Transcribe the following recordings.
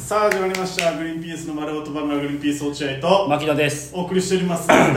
さあ始まりましたグリーンピースの丸ごとバナナグリーンピース落合と牧野です。 お送りしております第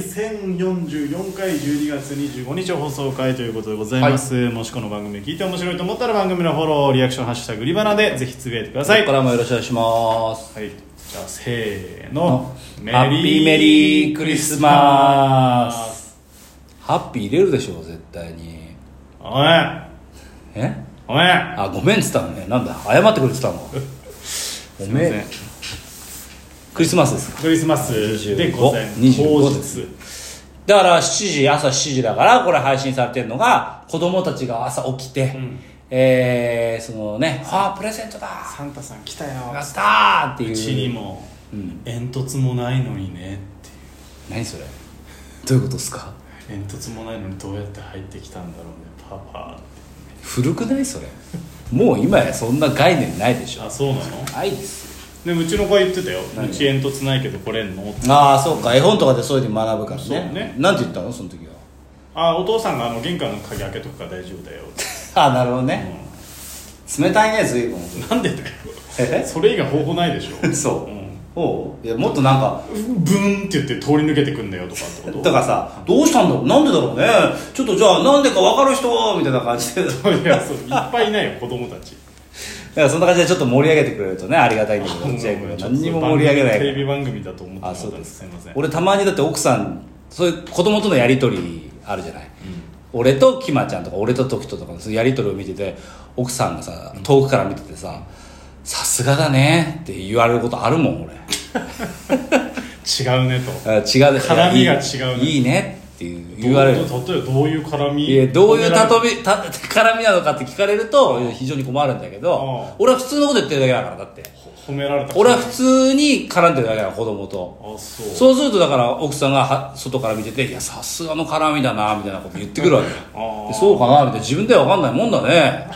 1044回12月25日放送回ということでございます、はい、もしこの番組聞いて面白いと思ったら番組のフォローリアクションハッシュタグリバナでぜひつぶやいてください。 これからもよろしくお願いします。 はい、じゃあせーのハッピーメリークリスマス。ハッピー入れるでしょ絶対に。 おいおいあ、ごめんっつったのね。なんだ謝ってくれてたのごめん。クリスマスですか。 クリスマスでございます 25です。だから朝7時だからこれ配信されてるのが子供たちが朝起きて、そのね、プレゼントだサンタさん来たよやったーっていう。 うちにも、煙突もないのにねっていう。 何それどういうことですか。 煙突もないのにどうやって入ってきたんだろうねパパって、ね、 古くないそれもう今やそんな概念ないでしょ。 あ、そうなの。 ないですよ。 でうちの子は言ってたよ、うち煙突ないけど来れんのって。 ああそうか、絵本とかでそういうの学ぶからね。 そうね。 なんて言ったのその時は。 お父さんが玄関の鍵開けとくから大丈夫だよってあ、なるほどね、冷たいね随分。 なんでだよそれ以外方法ないでしょそう、いやもっとなんかブーンって言って通り抜けてくんだよとかってことだからさ、どうしたんだろう、なんでだろうね、ちょっとじゃあなんでか分かる人みたいな感じでいやそういっぱいいないよ子供たち。 だからそんな感じでちょっと盛り上げてくれるとねありがたいんだけど、落合君は何にも盛り上げないから。 テレビ番組だと思ってなかったんです。すいません。 俺たまにだって奥さんそういう子供とのやり取りあるじゃない、俺とキマちゃんとか俺と時とかのそういうやり取りを見てて、奥さんがさ遠くから見ててさ、さすがだねって言われることあるもん俺違うねと。 違う絡みが違うね。 いいねって言われる。 例えばどういう絡み。 いやどういう絡みなのかって聞かれると非常に困るんだけど、俺は普通のこと言ってるだけだから。だって褒められた。 俺は普通に絡んでるだけだから子供と。 あ、 そうするとだから奥さんが外から見てて、いやさすがの絡みだなみたいなこと言ってくるわけよそうかなみたいな、自分では分かんないもんだね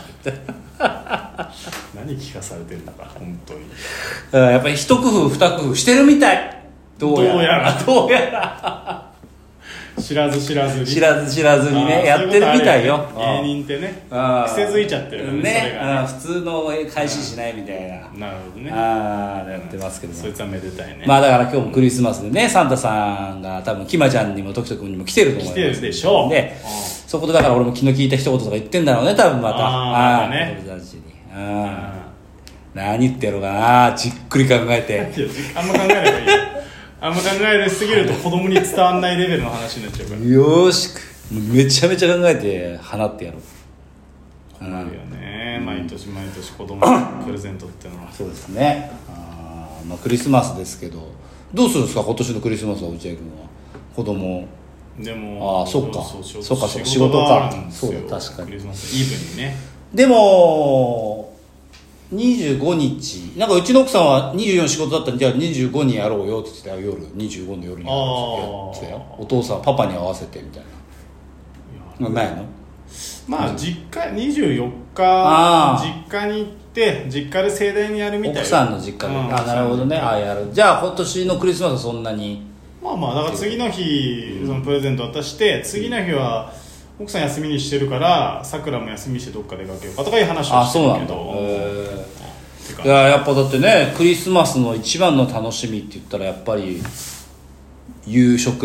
何聞かされてるのか本当に。 やっぱり一工夫二工夫してるみたい。どうやら知らずにね、やってるみたいよ。 芸人ってね、癖づいちゃってるからね、普通の返ししないみたいな。 なるほどね。 やってますけども、 そいつはめでたいね。 まあだから今日もクリスマスでね、サンタさんが多分キマちゃんにもトキトキにも来てると思います。 来てるでしょう。 で、そこでだから俺も気の利いた一言とか言ってんだろうね多分また。 ね。 子供たちに。何言ってやろうかな、じっくり考えて。 あんま考えない方がいいよ。あんま考えすぎると子供に伝わんないレベルの話になっちゃうから。 よーしめちゃめちゃ考えて放ってやろう。 困るよね、毎年子供にプレゼントってのは。 そうですね。まあクリスマスですけど、どうするんですか今年のクリスマスは落合君は。子供でもそっか仕事か。そうだ確かに。 クリスマスイブにね。 でも25日なんかうちの奥さんは24仕事だったんで、じゃあ25にやろうよって言ってたよ。25の夜にやってたよ。お父さんパパに合わせてみたいな。ないの。 まあ実家24日実家に行って実家で盛大にやるみたいな。 奥さんの実家で、なるほどね。やる。じゃあ今年のクリスマスはそんなに。 まあだから次の日そのプレゼント渡して次の日は奥さん休みにしてるからさくらも休みにしてどっか出かけようかとかいう話をしてるけど。 いややっぱだってね、クリスマスの一番の楽しみって言ったらやっぱり夕食、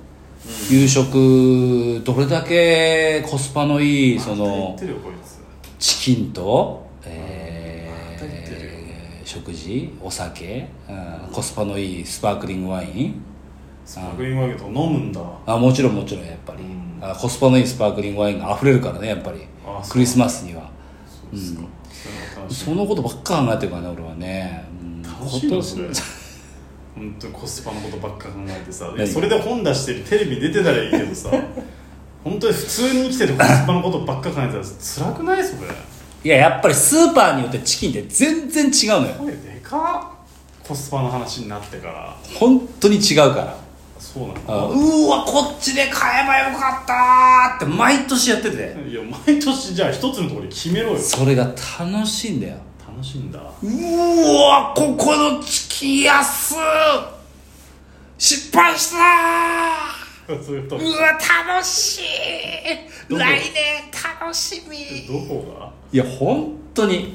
どれだけコスパのいいそのチキンと、食事、お酒、コスパのいいスパークリングワイン。 スパークリングワインとか飲むんだ。 もちろんやっぱり、コスパのいいスパークリングワインが溢れるからねやっぱりクリスマスには。そのことばっか考えてるからね俺はね。 楽しいのそれ本当にコスパのことばっか考えてさ、それで本出してるテレビ出てたらいいけどさ本当に普通に生きてるコスパのことばっか考えてたら辛くないそれ。 いややっぱりスーパーによってチキンって全然違うのよ。 これでかっ。コスパの話になってから本当に違うから。 そうなの。うわこっちで買えばよかったって毎年やってて。 いや毎年じゃあ一つのところで決めろよ。 それが楽しいんだよ。 楽しいんだ。 うわここのチキン安失敗したそういうこと。 うわ楽しい来年楽しみ。 どこが。 いや本当に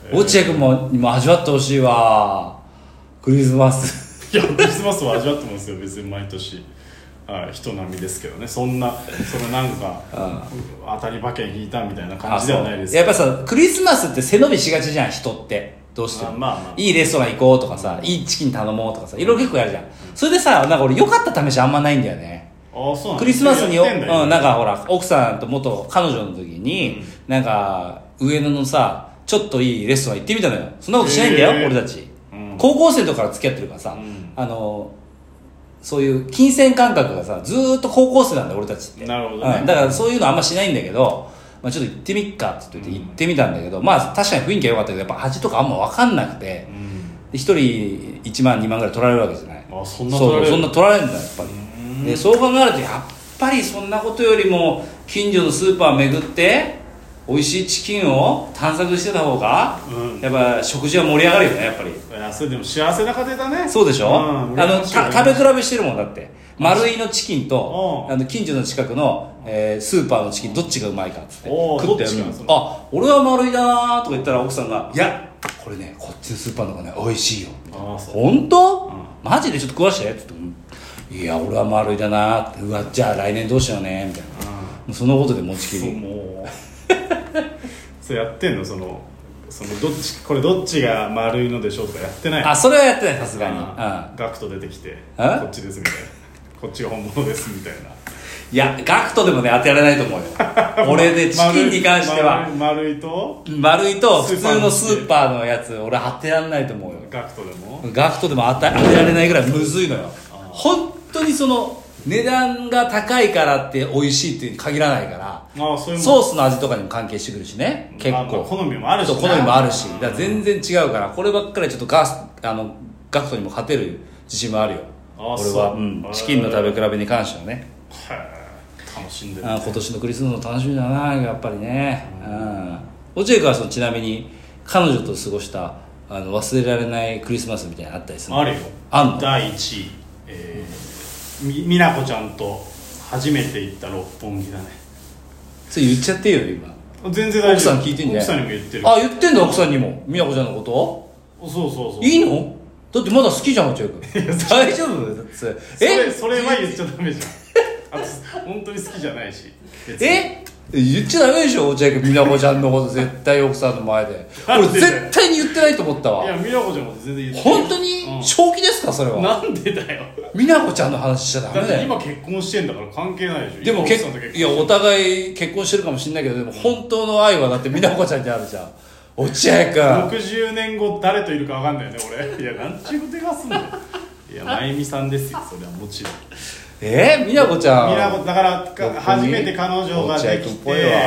落合君も今味わってほしいわクリスマスいやクリスマスは味わってますよ別に毎年、はい、人並みですけどねそのなんか当たり馬券引いたみたいな感じではないです。 やっぱさクリスマスって背伸びしがちじゃん人ってどうしても、いいレストラン行こうとかさ、いいチキン頼もうとかさいろいろ結構やるじゃん、それでさなんか俺良かった試しあんまないんだよね。 そうクリスマスになんかほら奥さんと元彼女の時に、なんか上野のさちょっといいレストラン行ってみたのよ。そんなことしないんだよ、俺たち、高校生の時から付き合ってるからさ、そういう金銭感覚がさずーっと高校生なんだよ俺たちって。 なるほどね、 だからそういうのあんましないんだけど、ちょっと行ってみっかって言って行ってみたんだけど、確かに雰囲気は良かったけどやっぱ味とかあんま分かんなくて、1人1万2万ぐらい取られるわけじゃない。 そんな取られるんだやっぱり。でそう考えるとやっぱりそんなことよりも近所のスーパー巡って美味しいチキンを探索してた方が、やっぱ食事は盛り上がるよねやっぱり。 いやそれでも幸せな家庭だね。 そうでしょ、食べ比べしてるもんだって。丸井のチキンと近所の近くの、スーパーのチキンどっちがうまいかっつって食って俺は丸井だなとか言ったら奥さんがいやこれねこっちのスーパーの方がね美味しいよ。本当、マジでちょっと食わしてって言っていや俺は丸いだなってうわじゃあ来年どうしようねみたいな、もうそのことで持ちきりもうそれやってんのそのどっちが丸いのでしょうとかやってない。 それはやってないさすがに。 ガクト出てきてこっちですみたいなこっちが本物ですみたいな。 いやガクトでもね当てられないと思うよ俺ねチキンに関しては丸いと普通のスーパーのやつ俺当てられないと思うよ。 ガクトでも当てられないぐらいむずいのよ。本当にその値段が高いからって美味しいって限らないから、ソースの味とかにも関係してくるしね結構、 好みもあるし、 好みもあるし、だから全然違うからこればっかりちょっとガクトにも勝てる自信もあるよ俺は、チキンの食べ比べに関してはね。 楽しんでる、 今年のクリスマスも楽しみだなやっぱりね。落合君はちなみに彼女と過ごした忘れられないクリスマスみたいなのあったりするの？あるよ。 あんの？ 第1位、美奈子ちゃんと初めて行った六本木だね。 それ言っちゃってよ今。 全然大丈夫。 奥さん聞いてんじゃない？ 奥さんにも言ってる。 言ってんだ奥さんにも美奈子ちゃんのこと。 そういいの？だってまだ好きじゃん落合君大丈夫だってそれは言っちゃダメじゃん本当に好きじゃないし。 言っちゃダメでしょ落合君美奈子ちゃんのこと絶対奥さんの前で俺絶対に言ってないと思ったわ。 いや美奈子ちゃんのこと全然言って本当に、正気ですかそれは。 なんでだよ美奈子ちゃんの話しちゃダメだよ。 だって今結婚してんだから関係ないでしょ。 でもいやお互い結婚してるかもしれないけどでも本当の愛はだって美奈子ちゃんにあるじゃん落合君。 60年後誰といるか分かんないよね俺。いやなんちゅうことがすんの。いや真由美さんですよそれはもちろん。 美奈子ちゃんだから初めて彼女ができて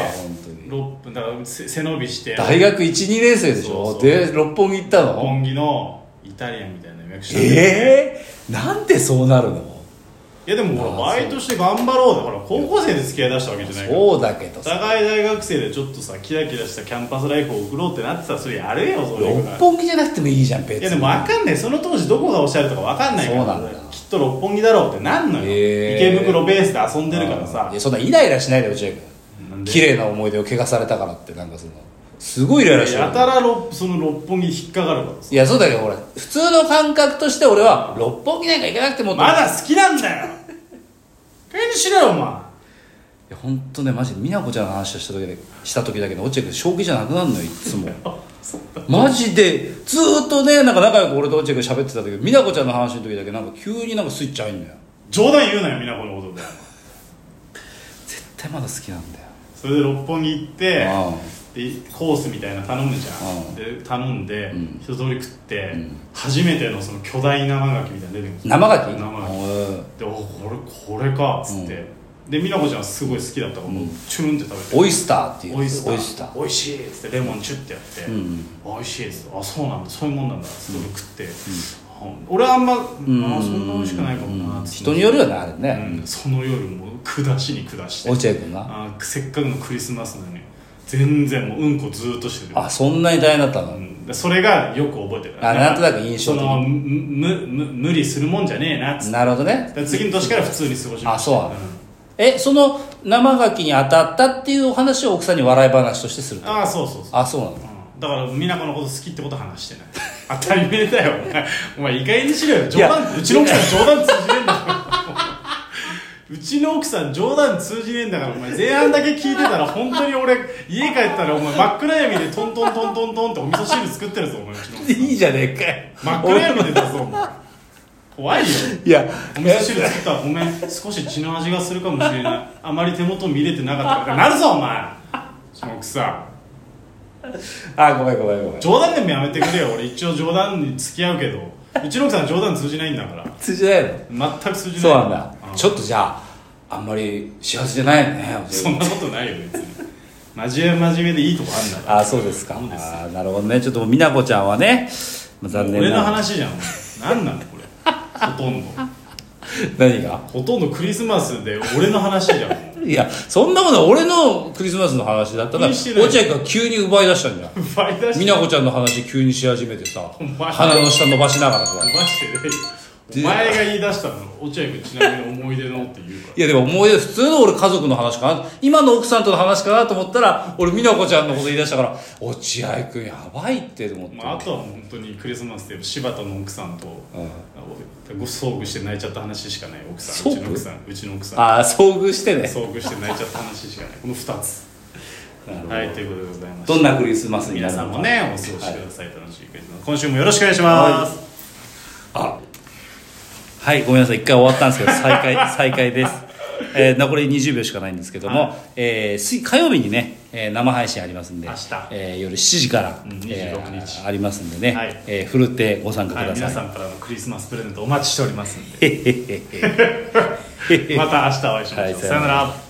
6 分だから背伸びして大学 1,2 年生でしょ。で六本木行ったの。 六本木のイタリアンみたいな予約してなんでそうなるの。 いやでもほらバイトして頑張ろうだから高校生で付き合い出したわけじゃないから。 そうだけどお互い大学生でちょっとさキラキラしたキャンパスライフを送ろうってなってたらそれやるよそれ。 六本木じゃなくてもいいじゃん別に。 いやでも分かんないその当時どこがおしゃれとか分かんないからそうなんだきっと六本木だろうってなんのよ。池袋ベースで遊んでるからさ。 そんなイライラしないで落合君。綺麗な思い出を汚されたからってなんかそのすごいイライラしてる。 やたらその六本木引っかかるからさ。 いやそうだけど俺普通の感覚として俺は六本木なんか行かなくてもまだ好きなんだよ返事しろよお前。いや本当ねマジで美奈子ちゃんの話をした時だけど落合君正気じゃなくなるのよいつもマジでずーっとねなんか仲良く俺と落合君喋ってた時美奈子ちゃんの話の時だけなんか急になんかスイッチ入んのよ。 冗談言うなよ美奈子のことで絶対まだ好きなんだよ。 それで六本木行ってでコースみたいな頼むじゃん。で頼んで、一通り食って、初めてのその巨大生牡蠣みたいなの出てくるんですよ。 生牡蠣でこれかっつって、で美奈子ちゃんすごい好きだったからもうチュルンって食べて、 オイスターっていうオイスター美味しいっつってレモンチュッてやって、美味しいっつってそうなんだそういうもんなんだっつって食って、俺はあんまそんな美味しくないかもなっつって。 人によるよねあれね。 その夜もう下しに下して落合君がせっかくのクリスマスなのに全然もううんこずっとしてる。 そんなに大変だったの。 それがよく覚えてる。 なんとなく印象的。 無理するもんじゃねえなっつって。 なるほどね。 次の年から普通に過ごしました。 そうその生牡蠣に当たったっていうお話を奥さんに笑い話としてすると。 そうそうなの。 だから美奈子のこと好きってことは話してない当たり前だよお前意外にしろよ。冗談、うちの奥さん冗談通じねえんだからうちの奥さん冗談通じねえんだからお前前半だけ聞いてたら本当に俺家帰ったらお前真っ暗闇でトントントントントンってお味噌汁作ってるぞお前。うちの奥さんいいじゃねえかよ。 真っ暗闇でだぞお前怖いよ。 いやお味噌汁作ったらごめん少し血の味がするかもしれないあまり手元見れてなかったからなるぞお前。うちの奥さんあ、ごめん冗談でもやめてくれよ。俺一応冗談に付き合うけどうちの奥さん冗談通じないんだから通じないの。 全く通じない。 そうなんだ、ちょっとじゃああんまり幸せじゃないよね。 そんなことないよ別に真面目でいいとこあんだから。 あ、そうですか。あ、なるほどね。ちょっと美奈子ちゃんはね、残念な。 俺の話じゃん何なのこれほとんど何がほとんどクリスマスで俺の話じゃんいや、そんなもの俺のクリスマスの話だったら落合君が急に奪い出したんじゃん。 奪い出して美奈子ちゃんの話急にし始めてさ、 お前鼻の下伸ばしながらさ。 奪してねお前が言い出したの落合君ちなみに思い出のって言うからいやでも思い出普通の俺家族の話かな、今の奥さんとの話かなと思ったら俺美奈子ちゃんのこと言い出したから落合君やばいって思って、 あとは本当にクリスマスで柴田の奥さんと、遭遇して泣いちゃった話しかない。奥さんうちの奥さんああ遭遇してね遭遇して泣いちゃった話しかないこの2つはいということでございます。 どんなクリスマスになるのか皆さんもねお過ごしください、楽しいクリスマス今週もよろしくお願いします、 はい、ごめんなさい、一回終わったんですけど再開です、残り20秒しかないんですけども、火曜日にね、生配信ありますんで、 明日、 夜7時から、 26日、 ありますんでね、 はいふるってご参加ください、 皆さんからのクリスマスプレゼントお待ちしておりますんでまた明日お会いしましょう、さよなら。